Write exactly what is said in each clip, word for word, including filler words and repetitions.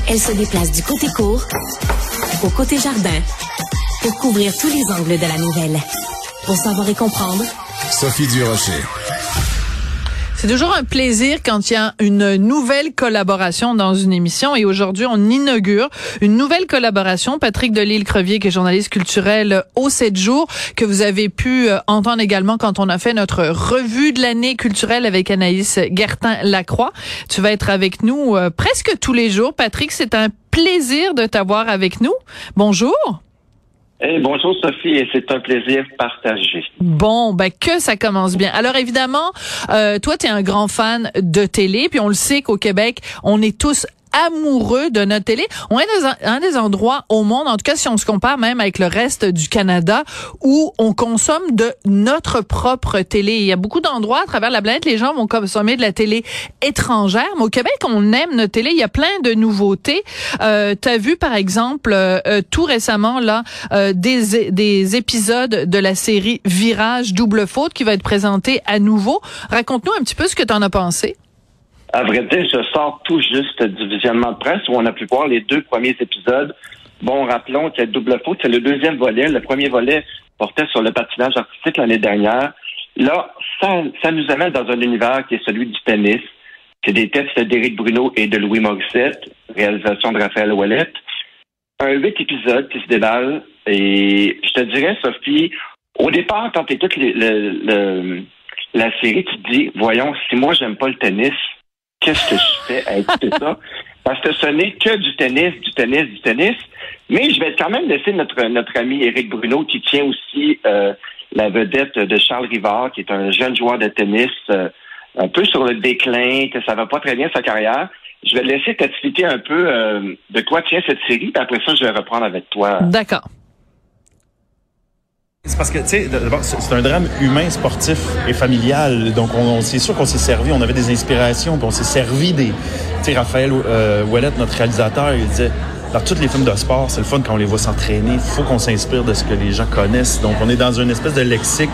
Elle se déplace du côté court au côté jardin pour couvrir tous les angles de la nouvelle. Pour savoir et comprendre, Sophie Durocher. C'est toujours un plaisir quand il y a une nouvelle collaboration dans une émission. Et aujourd'hui, on inaugure une nouvelle collaboration. Patrick Delisle-Crevier, qui est journaliste culturel au sept jours, que vous avez pu entendre également quand on a fait notre revue de l'année culturelle avec Anaïs Gertin-Lacroix. Tu vas être avec nous euh, presque tous les jours. Patrick, c'est un plaisir de t'avoir avec nous. Bonjour. Hey, bonjour Sophie, et c'est un plaisir partagé. Bon, ben que ça commence bien. Alors évidemment, euh, toi tu es un grand fan de télé, puis on le sait qu'au Québec, on est tous amoureux de notre télé. On est dans un, un des endroits au monde, en tout cas si on se compare même avec le reste du Canada, où on consomme de notre propre télé. Il y a beaucoup d'endroits à travers la planète, les gens vont consommer de la télé étrangère, mais au Québec, on aime notre télé. Il y a plein de nouveautés. Euh, t'as vu par exemple euh, tout récemment là euh, des des épisodes de la série Virage double faute qui va être présenté à nouveau. Raconte-nous un petit peu ce que t'en as pensé. À vrai dire, je sors tout juste du visionnement de presse où on a pu voir les deux premiers épisodes. Bon, rappelons qu'il y a double faute, c'est le deuxième volet. Le premier volet portait sur le patinage artistique l'année dernière. Là, ça, ça nous amène dans un univers qui est celui du tennis. C'est des textes d'Éric Bruno et de Louis Morissette, réalisation de Raphaël Ouellette. Un huit épisodes qui se débalent. Et je te dirais, Sophie, au départ, quand tu écoutes le, le, le, la série, tu te dis, voyons, si moi j'aime pas le tennis, qu'est-ce que je fais à écouter ça? Parce que ce n'est que du tennis, du tennis, du tennis. Mais je vais quand même laisser notre notre ami Éric Bruno, qui tient aussi euh, la vedette de Charles Rivard, qui est un jeune joueur de tennis, euh, un peu sur le déclin, que ça va pas très bien sa carrière. Je vais laisser t'expliquer un peu euh, de quoi tient cette série, puis après ça, je vais reprendre avec toi. D'accord. C'est parce que, tu sais, d'abord, c'est un drame humain, sportif et familial. Donc, on, on c'est sûr qu'on s'est servi, on avait des inspirations, puis on s'est servi des... Tu sais, Raphaël euh, Ouellette, notre réalisateur, il disait, dans tous les films de sport, c'est le fun quand on les voit s'entraîner. Il faut qu'on s'inspire de ce que les gens connaissent. Donc, on est dans une espèce de lexique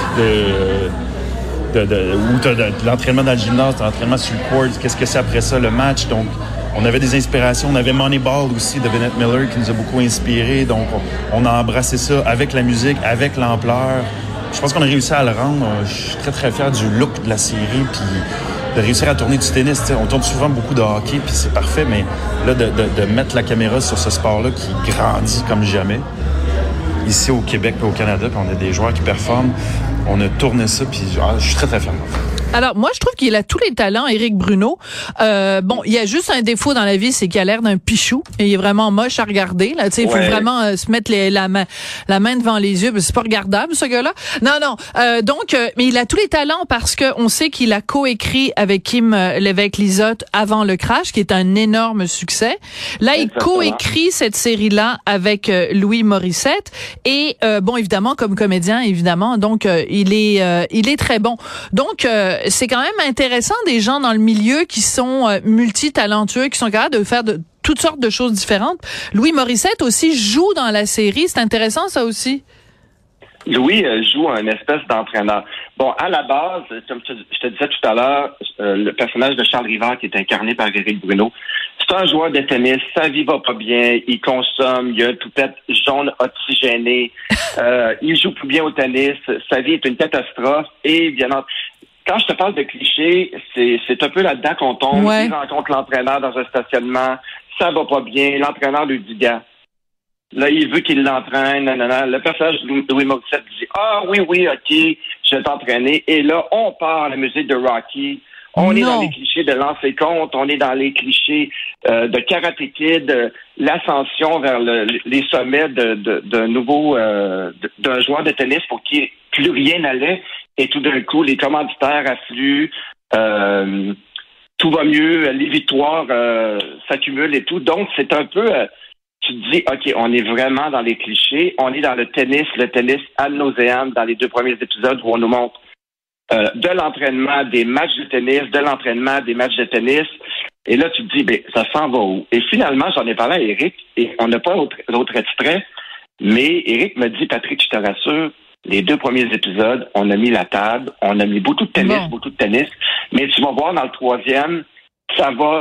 de... de, de où tu as de, de l'entraînement dans le gymnase, de l'entraînement sur le court, qu'est-ce que c'est après ça, le match. Donc, on avait des inspirations. On avait Moneyball aussi de Bennett Miller qui nous a beaucoup inspirés. Donc, on, on a embrassé ça avec la musique, avec l'ampleur. Je pense qu'on a réussi à le rendre. Je suis très, très fier du look de la série puis de réussir à tourner du tennis. T'sais, on tourne souvent beaucoup de hockey puis c'est parfait, mais là, de, de, de mettre la caméra sur ce sport-là qui grandit comme jamais, ici au Québec et au Canada, puis on a des joueurs qui performent. On a tourné ça, puis ah, je suis très, très fier. Alors, moi, je trouve qu'il a tous les talents, Éric Bruno. Euh, bon, il y a juste un défaut dans la vie, c'est qu'il a l'air d'un pichou. Et il est vraiment moche à regarder. Là, tu sais, il faut vraiment euh, se mettre les, la main, la main devant les yeux. C'est pas regardable, ce gars-là. Non, non. Euh, donc, euh, mais il a tous les talents parce que on sait qu'il a coécrit avec Kim euh, Lévesque-Lizotte Avant le crash, qui est un énorme succès. Là, il coécrit cette série-là avec euh, Louis Morissette. Et euh, bon, évidemment, comme comédien, évidemment, donc euh, il est, euh, il est très bon. Donc euh, c'est quand même intéressant des gens dans le milieu qui sont euh, multitalentueux, qui sont capables de faire de toutes sortes de choses différentes. Louis Morissette aussi joue dans la série. C'est intéressant, ça aussi. Louis euh, joue un espèce d'entraîneur. Bon, à la base, comme je te disais tout à l'heure, euh, le personnage de Charles Rivard qui est incarné par Éric Bruno, c'est un joueur de tennis, sa vie va pas bien, il consomme, il a une toupette jaune oxygénée, euh, il joue plus bien au tennis, sa vie est une catastrophe et bien entendu, quand je te parle de clichés, c'est, c'est un peu là-dedans qu'on tombe. Ouais. Il rencontre l'entraîneur dans un stationnement, ça va pas bien, l'entraîneur lui dit, gars, là, il veut qu'il l'entraîne, nanana. Le personnage de Louis Morissette dit, ah oui, oui, ok, je vais t'entraîner. Et là, on part à la musique de Rocky. On non. est dans les clichés de lancer compte, on est dans les clichés euh, de Karate Kid, euh, l'ascension vers le, les sommets de, de, d'un nouveau, euh, d'un joueur de tennis pour qui plus rien n'allait. Et tout d'un coup, les commanditaires affluent, euh, tout va mieux, les victoires euh, s'accumulent et tout. Donc, c'est un peu, euh, tu te dis, OK, on est vraiment dans les clichés. On est dans le tennis, le tennis ad nauseam dans les deux premiers épisodes où on nous montre euh, de l'entraînement, des matchs de tennis, de l'entraînement, des matchs de tennis. Et là, tu te dis, ben, ça s'en va où? Et finalement, j'en ai parlé à Éric, et on n'a pas l'autre extrait, mais Éric me dit, Patrick, je te rassure, les deux premiers épisodes, on a mis la table, on a mis beaucoup de tennis, bon. beaucoup de tennis, mais tu vas voir dans le troisième, ça va,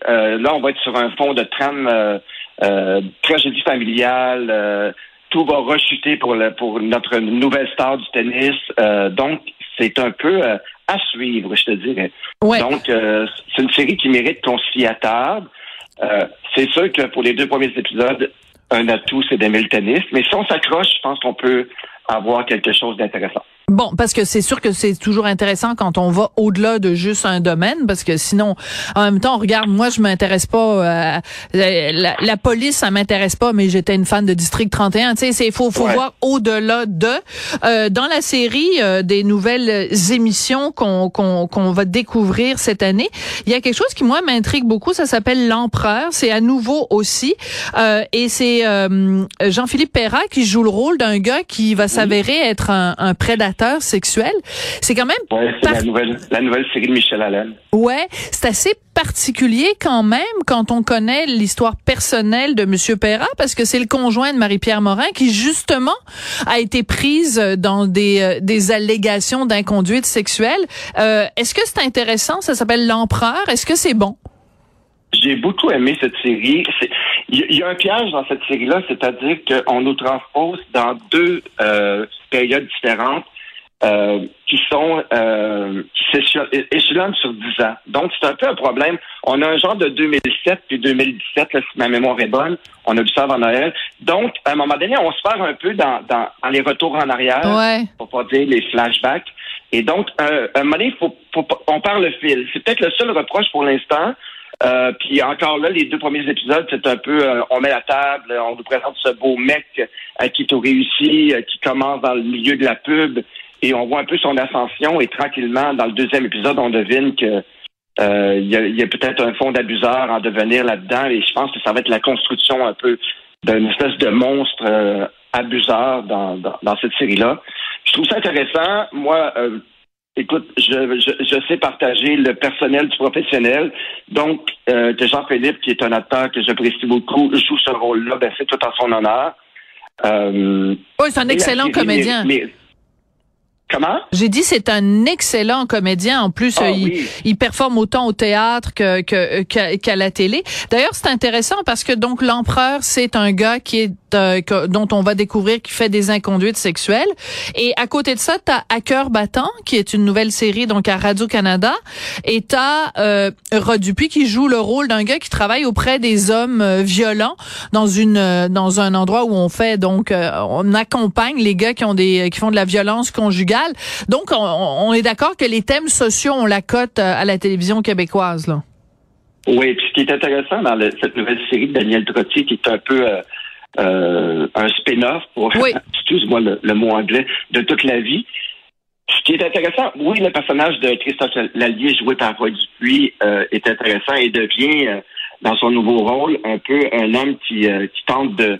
Euh, là, on va être sur un fond de trame euh, euh, tragédie familiale. Euh, tout va rechuter pour le, pour notre nouvelle star du tennis. Euh, donc, c'est un peu euh, à suivre, je te dirais. Ouais. Donc, euh, c'est une série qui mérite qu'on s'y attarde. Euh, c'est sûr que pour les deux premiers épisodes, un atout, c'est d'aimer le tennis. Mais si on s'accroche, je pense qu'on peut avoir quelque chose d'intéressant. Bon, parce que c'est sûr que c'est toujours intéressant quand on va au-delà de juste un domaine, parce que sinon, en même temps, regarde, moi, je m'intéresse pas à la, la police, ça m'intéresse pas, mais j'étais une fan de District trente et un. Tu sais, c'est faut faut ouais. voir au-delà de. Euh, dans la série euh, des nouvelles émissions qu'on qu'on qu'on va découvrir cette année, il y a quelque chose qui moi m'intrigue beaucoup. Ça s'appelle L'Empereur. C'est à nouveau aussi, euh, et c'est euh, Jean-Philippe Perrat qui joue le rôle d'un gars qui va s'avérer être un, un prédateur sexuel. C'est quand même... Ouais, c'est par... la nouvelle, la nouvelle série de Michel Allen. Ouais, c'est assez particulier quand même quand on connaît l'histoire personnelle de Monsieur Perrat, parce que c'est le conjoint de Marie-Pierre Morin qui, justement, a été prise dans des, des allégations d'inconduite sexuelle. Euh, est-ce que c'est intéressant? Ça s'appelle L'Empereur. Est-ce que c'est bon? J'ai beaucoup aimé cette série. Il y a un piège dans cette série-là, c'est-à-dire qu'on nous transpose dans deux euh, périodes différentes. Euh, qui sont euh, qui s'échelonnent sur dix ans. Donc, c'est un peu un problème. On a un genre de deux mille sept puis deux mille dix-sept, là, si ma mémoire est bonne. On a vu ça avant Noël. Donc, à un moment donné, on se perd un peu dans, dans, dans les retours en arrière, ouais. pour pas dire les flashbacks. Et donc, euh, à un moment donné, faut, faut, on perd le fil. C'est peut-être le seul reproche pour l'instant. Euh, puis encore là, les deux premiers épisodes, c'est un peu, euh, on met la table, on nous présente ce beau mec à qui tout réussit, euh, qui commence dans le milieu de la pub. Et on voit un peu son ascension et tranquillement, dans le deuxième épisode, on devine que euh, il y a, y a peut-être un fond d'abuseur en devenir là-dedans. Et je pense que ça va être la construction un peu d'une espèce de monstre euh, abuseur dans, dans, dans cette série-là. Je trouve ça intéressant. Moi, euh, écoute, je, je, je sais partager le personnel du professionnel. Donc, euh, que Jean-Philippe, qui est un acteur que j'apprécie beaucoup, joue ce rôle-là, ben c'est tout en son honneur. Euh, oui, c'est un excellent série, comédien. Mais, mais, Comment? J'ai dit c'est un excellent comédien. En plus, ah, euh, il, oui. il performe autant au théâtre que, que, qu'à, qu'à la télé. D'ailleurs, c'est intéressant parce que donc L'Empereur, c'est un gars qui est euh, que, dont on va découvrir qu'il fait des inconduites sexuelles. Et à côté de ça, t'as À cœur battant, qui est une nouvelle série donc à Radio-Canada. Et t'as euh, Rod Dupuis qui joue le rôle d'un gars qui travaille auprès des hommes euh, violents dans une euh, dans un endroit où on fait donc euh, on accompagne les gars qui ont des qui font de la violence conjugale. Donc, on, on est d'accord que les thèmes sociaux, on la cote à la télévision québécoise, là. Oui, puis ce qui est intéressant dans le, cette nouvelle série de Daniel Trottier, qui est un peu euh, euh, un spin-off, pour, oui. excuse-moi le, le mot anglais, de toute la vie. Ce qui est intéressant, oui, le personnage de Christophe Lallier, joué par Rod Dupuis, euh, est intéressant et devient, euh, dans son nouveau rôle, un peu un homme qui, euh, qui tente de...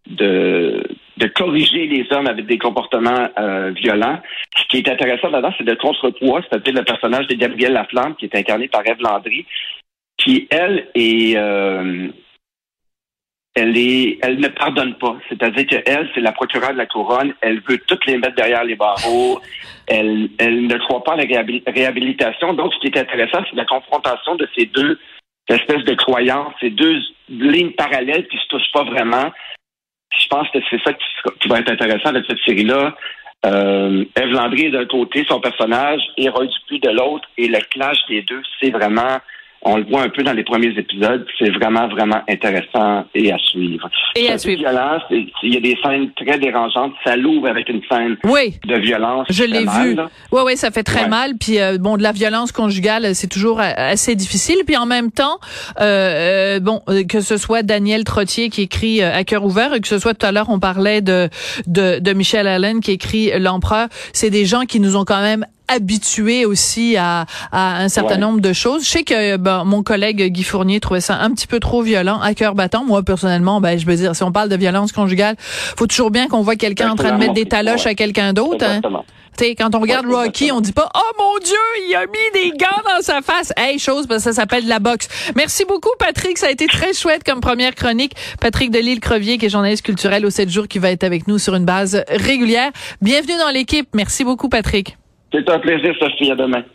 de de corriger les hommes avec des comportements euh, violents. Ce qui est intéressant là-dedans, c'est de contrepoids, c'est-à-dire le personnage de Gabrielle Laflamme, qui est incarné par Ève Landry, qui, elle, est... Euh, elle est, elle ne pardonne pas. C'est-à-dire qu'elle, c'est la procureure de la couronne. Elle veut toutes les mettre derrière les barreaux. Elle, elle ne croit pas à la réhabilitation. Donc, ce qui est intéressant, c'est la confrontation de ces deux espèces de croyances, ces deux lignes parallèles qui se touchent pas vraiment. Je pense que c'est ça qui, qui va être intéressant avec cette série-là. Euh, Ève Landry d'un côté, son personnage, et Rod Dupuis de l'autre, et le clash des deux, c'est vraiment, on le voit un peu dans les premiers épisodes, c'est vraiment, vraiment intéressant et à suivre. Et à suivre. Violence, il y a des scènes très dérangeantes, ça l'ouvre avec une scène oui. de violence. Je l'ai mal, vu. Là. Oui, oui, ça fait très ouais. mal. Puis euh, bon, de la violence conjugale, c'est toujours assez difficile. Puis en même temps, euh, bon, que ce soit Daniel Trottier qui écrit euh, À cœur ouvert, et que ce soit tout à l'heure, on parlait de de, de Michel Allen qui écrit L'Empereur, c'est des gens qui nous ont quand même habitué aussi à, à un certain ouais. nombre de choses. Je sais que ben, mon collègue Guy Fournier trouvait ça un petit peu trop violent, À cœur battant. Moi, personnellement, ben, je veux dire, si on parle de violence conjugale, faut toujours bien qu'on voit quelqu'un en train de mettre des taloches ouais. à quelqu'un d'autre. Hein. T'sais, quand on regarde ouais, Rocky, on dit pas « Oh mon Dieu, il a mis des gants dans sa face! » Hey, chose, parce que ça s'appelle de la boxe. Merci beaucoup, Patrick. Ça a été très chouette comme première chronique. Patrick Delisle-Crevier, qui est journaliste culturel au sept jours, qui va être avec nous sur une base régulière. Bienvenue dans l'équipe. Merci beaucoup, Patrick. C'est un plaisir, Sophie. À demain.